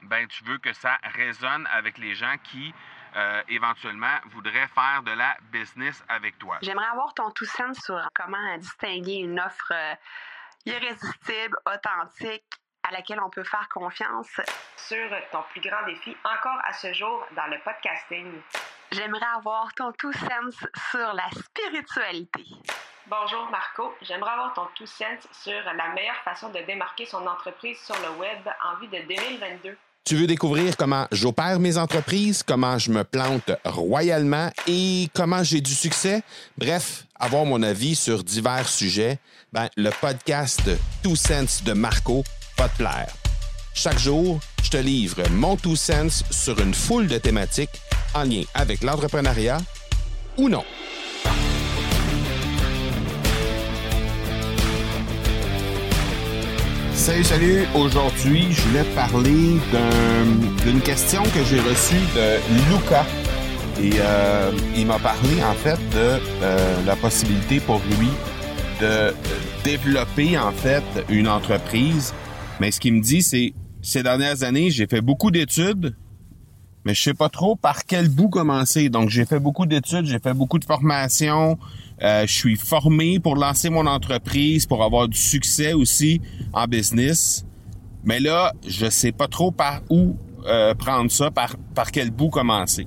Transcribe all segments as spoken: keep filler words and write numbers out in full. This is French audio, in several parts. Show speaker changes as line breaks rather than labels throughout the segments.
ben tu veux que ça résonne avec les gens qui euh, éventuellement voudraient faire de la business avec toi.
J'aimerais avoir ton tout sens sur comment distinguer une offre euh, irrésistible, authentique, à laquelle on peut faire confiance.
Sur ton plus grand défi encore à ce jour dans le podcasting.
J'aimerais avoir ton tout sens sur la spiritualité.
Bonjour Marco, j'aimerais avoir ton tout sens sur la meilleure façon de démarquer son entreprise sur le web en vue de deux mille vingt-deux.
Tu veux découvrir comment j'opère mes entreprises, comment je me plante royalement et comment j'ai du succès? Bref, avoir mon avis sur divers sujets, ben, le podcast Two Cents de Marco va te plaire. Chaque jour, je te livre mon two cents sur une foule de thématiques en lien avec l'entrepreneuriat ou non. Salut, salut! Aujourd'hui, je voulais te parler d'un, d'une question que j'ai reçue de Luca. Et euh, il m'a parlé, en fait, de euh, la possibilité pour lui de développer, en fait, une entreprise. Mais ce qu'il me dit, c'est, ces dernières années, j'ai fait beaucoup d'études, mais je sais pas trop par quel bout commencer. Donc, j'ai fait beaucoup d'études, j'ai fait beaucoup de formations, euh, je suis formé pour lancer mon entreprise, pour avoir du succès aussi en business. Mais là, je sais pas trop par où euh, prendre ça, par, par quel bout commencer.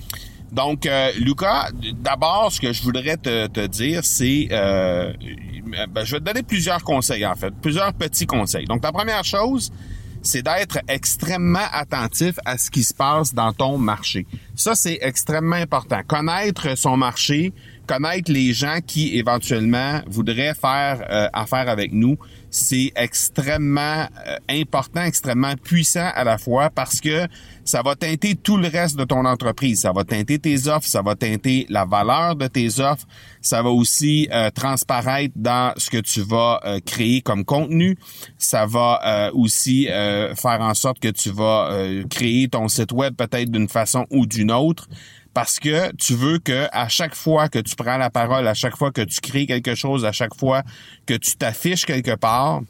Donc, euh, Lucas, d'abord, ce que je voudrais te, te dire, c'est... Euh, ben, je vais te donner plusieurs conseils, en fait. Plusieurs petits conseils. Donc, la première chose, c'est d'être extrêmement attentif à ce qui se passe dans ton marché. Ça, c'est extrêmement important. Connaître son marché, connaître les gens qui, éventuellement, voudraient faire euh, affaire avec nous, c'est extrêmement euh, important, extrêmement puissant à la fois parce que ça va teinter tout le reste de ton entreprise. Ça va teinter tes offres, ça va teinter la valeur de tes offres, ça va aussi euh, transparaître dans ce que tu vas euh, créer comme contenu. Ça va euh, aussi euh, faire en sorte que tu vas euh, créer ton site web peut-être d'une façon ou d'une autre. Parce que tu veux que à chaque fois que tu prends la parole, à chaque fois que tu crées quelque chose, à chaque fois que tu t'affiches quelque part,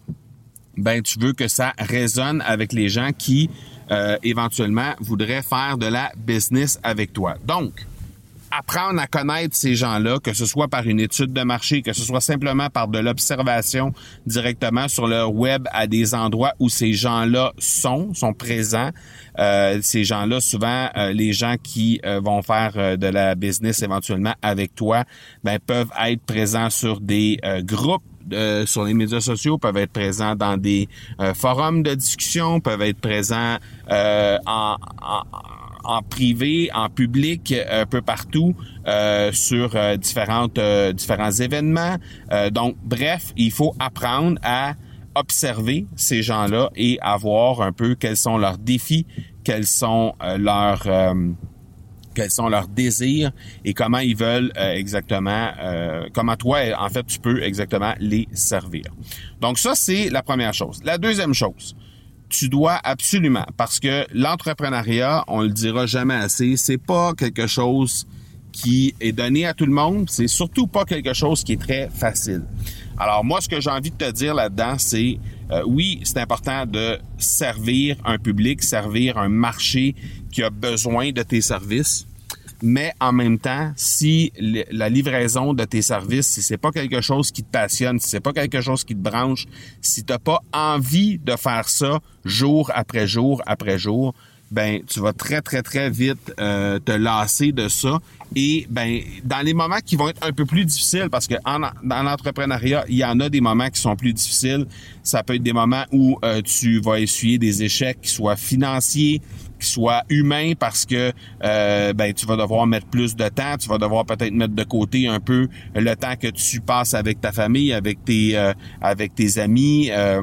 ben tu veux que ça résonne avec les gens qui euh, éventuellement voudraient faire de la business avec toi. Donc, apprendre à connaître ces gens-là, que ce soit par une étude de marché, que ce soit simplement par de l'observation directement sur leur web à des endroits où ces gens-là sont, sont présents. Euh, ces gens-là, souvent, euh, les gens qui euh, vont faire euh, de la business éventuellement avec toi, ben peuvent être présents sur des euh, groupes. Euh, sur les médias sociaux, peuvent être présents dans des euh, forums de discussion, peuvent être présents euh, en, en, en privé, en public, un peu partout, euh, sur euh, différentes, euh, différents événements. Euh, donc, bref, il faut apprendre à observer ces gens-là et à voir un peu quels sont leurs défis, quels sont euh, leurs... Euh, quels sont leurs désirs et comment ils veulent euh, exactement, euh, comment toi, en fait, tu peux exactement les servir. Donc ça, c'est la première chose. La deuxième chose, tu dois absolument, parce que l'entrepreneuriat, on le dira jamais assez, c'est pas quelque chose qui est donné à tout le monde, c'est surtout pas quelque chose qui est très facile. Alors moi, ce que j'ai envie de te dire là-dedans, c'est euh, oui, c'est important de servir un public, servir un marché qui a besoin de tes services, mais en même temps, si la livraison de tes services, si c'est pas quelque chose qui te passionne, si c'est pas quelque chose qui te branche, si t'as pas envie de faire ça jour après jour après jour, ben tu vas très très très vite euh, te lasser de ça. Et ben dans les moments qui vont être un peu plus difficiles, parce que en, dans l'entrepreneuriat, il y en a des moments qui sont plus difficiles. Ça peut être des moments où euh, tu vas essuyer des échecs qui soient financiers, qui soient humains, parce que euh, ben tu vas devoir mettre plus de temps, tu vas devoir peut-être mettre de côté un peu le temps que tu passes avec ta famille, avec tes euh, avec tes amis. Euh,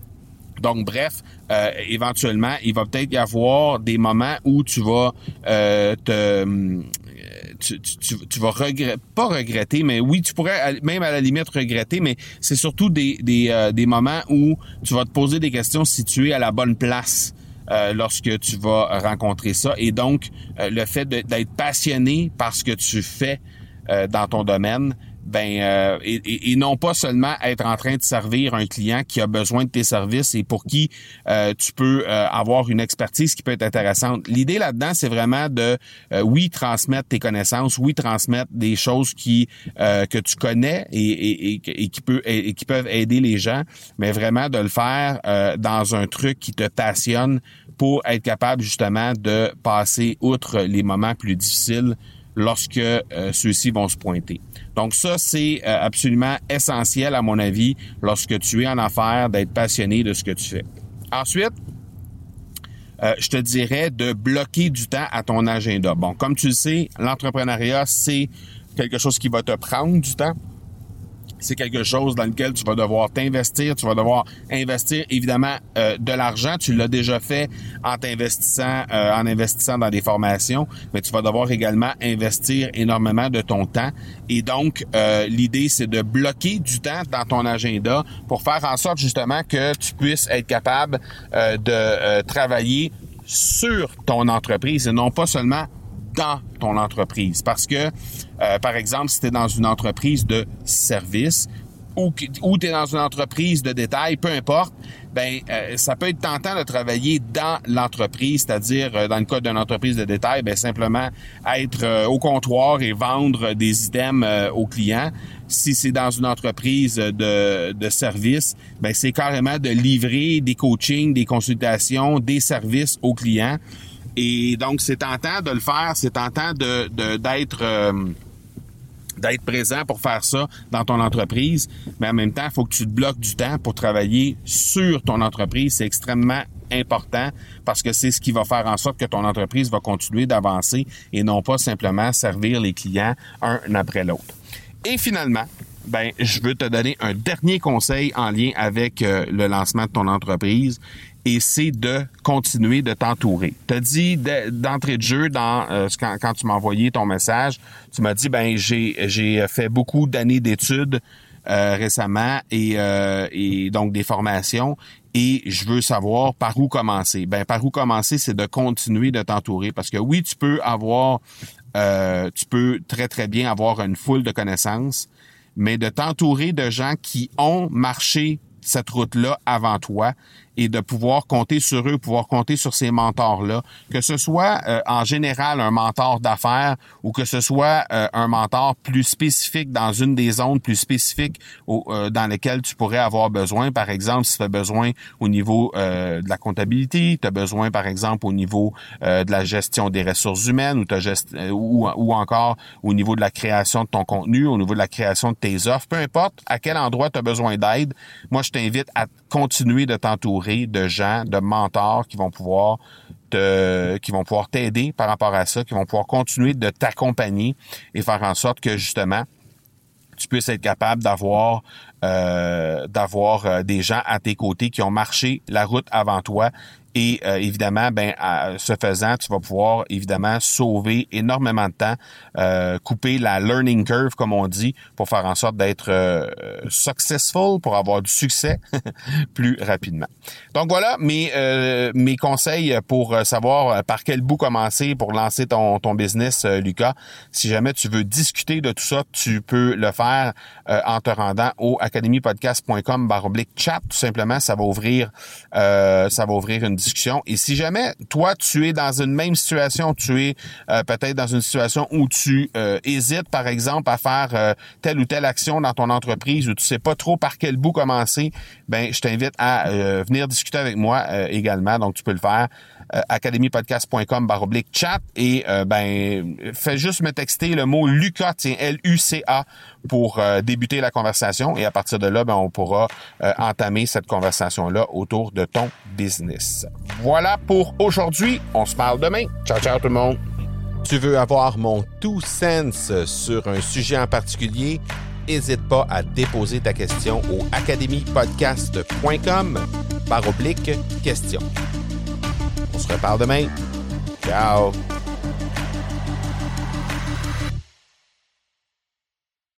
Donc, bref, euh, éventuellement, il va peut-être y avoir des moments où tu vas euh, te... Tu, tu, tu vas regretter, pas regretter, mais oui, tu pourrais même à la limite regretter, mais c'est surtout des, des, euh, des moments où tu vas te poser des questions si tu es à la bonne place euh, lorsque tu vas rencontrer ça. Et donc, euh, le fait de, d'être passionné par ce que tu fais euh, dans ton domaine, ben euh, et, et, et non pas seulement être en train de servir un client qui a besoin de tes services et pour qui euh, tu peux euh, avoir une expertise qui peut être intéressante. L'idée là-dedans, c'est vraiment de euh, oui transmettre tes connaissances, oui transmettre des choses qui euh, que tu connais et, et, et, et qui peut et qui peuvent aider les gens, mais vraiment de le faire euh, dans un truc qui te passionne pour être capable justement de passer outre les moments plus difficiles lorsque euh, ceux-ci vont se pointer. Donc ça, c'est euh, absolument essentiel à mon avis lorsque tu es en affaires, d'être passionné de ce que tu fais. Ensuite, euh, je te dirais de bloquer du temps à ton agenda. Bon, comme tu le sais, l'entrepreneuriat, c'est quelque chose qui va te prendre du temps. C'est quelque chose dans lequel tu vas devoir t'investir, tu vas devoir investir évidemment euh, de l'argent. Tu l'as déjà fait en t'investissant, euh, en investissant dans des formations, mais tu vas devoir également investir énormément de ton temps. Et donc, euh, l'idée, c'est de bloquer du temps dans ton agenda pour faire en sorte justement que tu puisses être capable euh, de euh, travailler sur ton entreprise et non pas seulement dans ton entreprise. Parce que, euh, par exemple, si tu es dans une entreprise de service ou, ou tu es dans une entreprise de détail, peu importe, ben euh, ça peut être tentant de travailler dans l'entreprise, c'est-à-dire, euh, dans le cas d'une entreprise de détail, ben simplement être euh, au comptoir et vendre des items euh, aux clients. Si c'est dans une entreprise de, de service, ben c'est carrément de livrer des coachings, des consultations, des services aux clients. Et donc, c'est tentant de le faire, c'est tentant de, de d'être euh, d'être présent pour faire ça dans ton entreprise, mais en même temps, il faut que tu te bloques du temps pour travailler sur ton entreprise. C'est extrêmement important parce que c'est ce qui va faire en sorte que ton entreprise va continuer d'avancer et non pas simplement servir les clients un après l'autre. Et finalement, ben, je veux te donner un dernier conseil en lien avec euh, le lancement de ton entreprise. Et c'est de continuer de t'entourer. Tu as dit d'entrée de jeu, dans euh, quand, quand tu m'as envoyé ton message, tu m'as dit, ben j'ai j'ai fait beaucoup d'années d'études euh, récemment et, euh, et donc des formations et je veux savoir par où commencer. Ben par où commencer, c'est de continuer de t'entourer parce que oui, tu peux avoir, euh, tu peux très très bien avoir une foule de connaissances, mais de t'entourer de gens qui ont marché cette route-là avant toi et de pouvoir compter sur eux, pouvoir compter sur ces mentors-là, que ce soit euh, en général un mentor d'affaires ou que ce soit euh, un mentor plus spécifique dans une des zones plus spécifiques au, euh, dans lesquelles tu pourrais avoir besoin. Par exemple, si tu as besoin au niveau euh, de la comptabilité, tu as besoin par exemple au niveau euh, de la gestion des ressources humaines ou, t'as gest... ou, ou encore au niveau de la création de ton contenu, au niveau de la création de tes offres, peu importe à quel endroit tu as besoin d'aide, moi je t'invite à continuer de t'entourer de gens, de mentors qui vont pouvoir te, qui vont pouvoir t'aider par rapport à ça, qui vont pouvoir continuer de t'accompagner et faire en sorte que justement tu puisses être capable d'avoir euh, d'avoir euh, des gens à tes côtés qui ont marché la route avant toi. Et euh, évidemment, ben, à, ce faisant, tu vas pouvoir évidemment sauver énormément de temps, euh, couper la learning curve, comme on dit, pour faire en sorte d'être euh, successful, pour avoir du succès plus rapidement. Donc voilà mes euh, mes conseils pour savoir par quel bout commencer pour lancer ton ton business, euh, Lucas. Si jamais tu veux discuter de tout ça, tu peux le faire euh, en te rendant au academy podcast point com barre oblique chat. Tout simplement, ça va ouvrir euh, ça va ouvrir une discussion. Et si jamais, toi, tu es dans une même situation, tu es euh, peut-être dans une situation où tu euh, hésites, par exemple, à faire euh, telle ou telle action dans ton entreprise ou tu sais pas trop par quel bout commencer, ben je t'invite à euh, venir discuter avec moi euh, également. Donc, tu peux le faire euh, academy podcast point com barre oblique chat et euh, ben fais juste me texter le mot Lucas, tiens, L U C A, pour euh, débuter la conversation et à partir de là, ben on pourra euh, entamer cette conversation-là autour de ton business. Voilà pour aujourd'hui. On se parle demain. Ciao, ciao tout le monde.
Tu veux avoir mon two cents sur un sujet en particulier? N'hésite pas à déposer ta question au academy podcast point com barre oblique question. On se reparle demain. Ciao!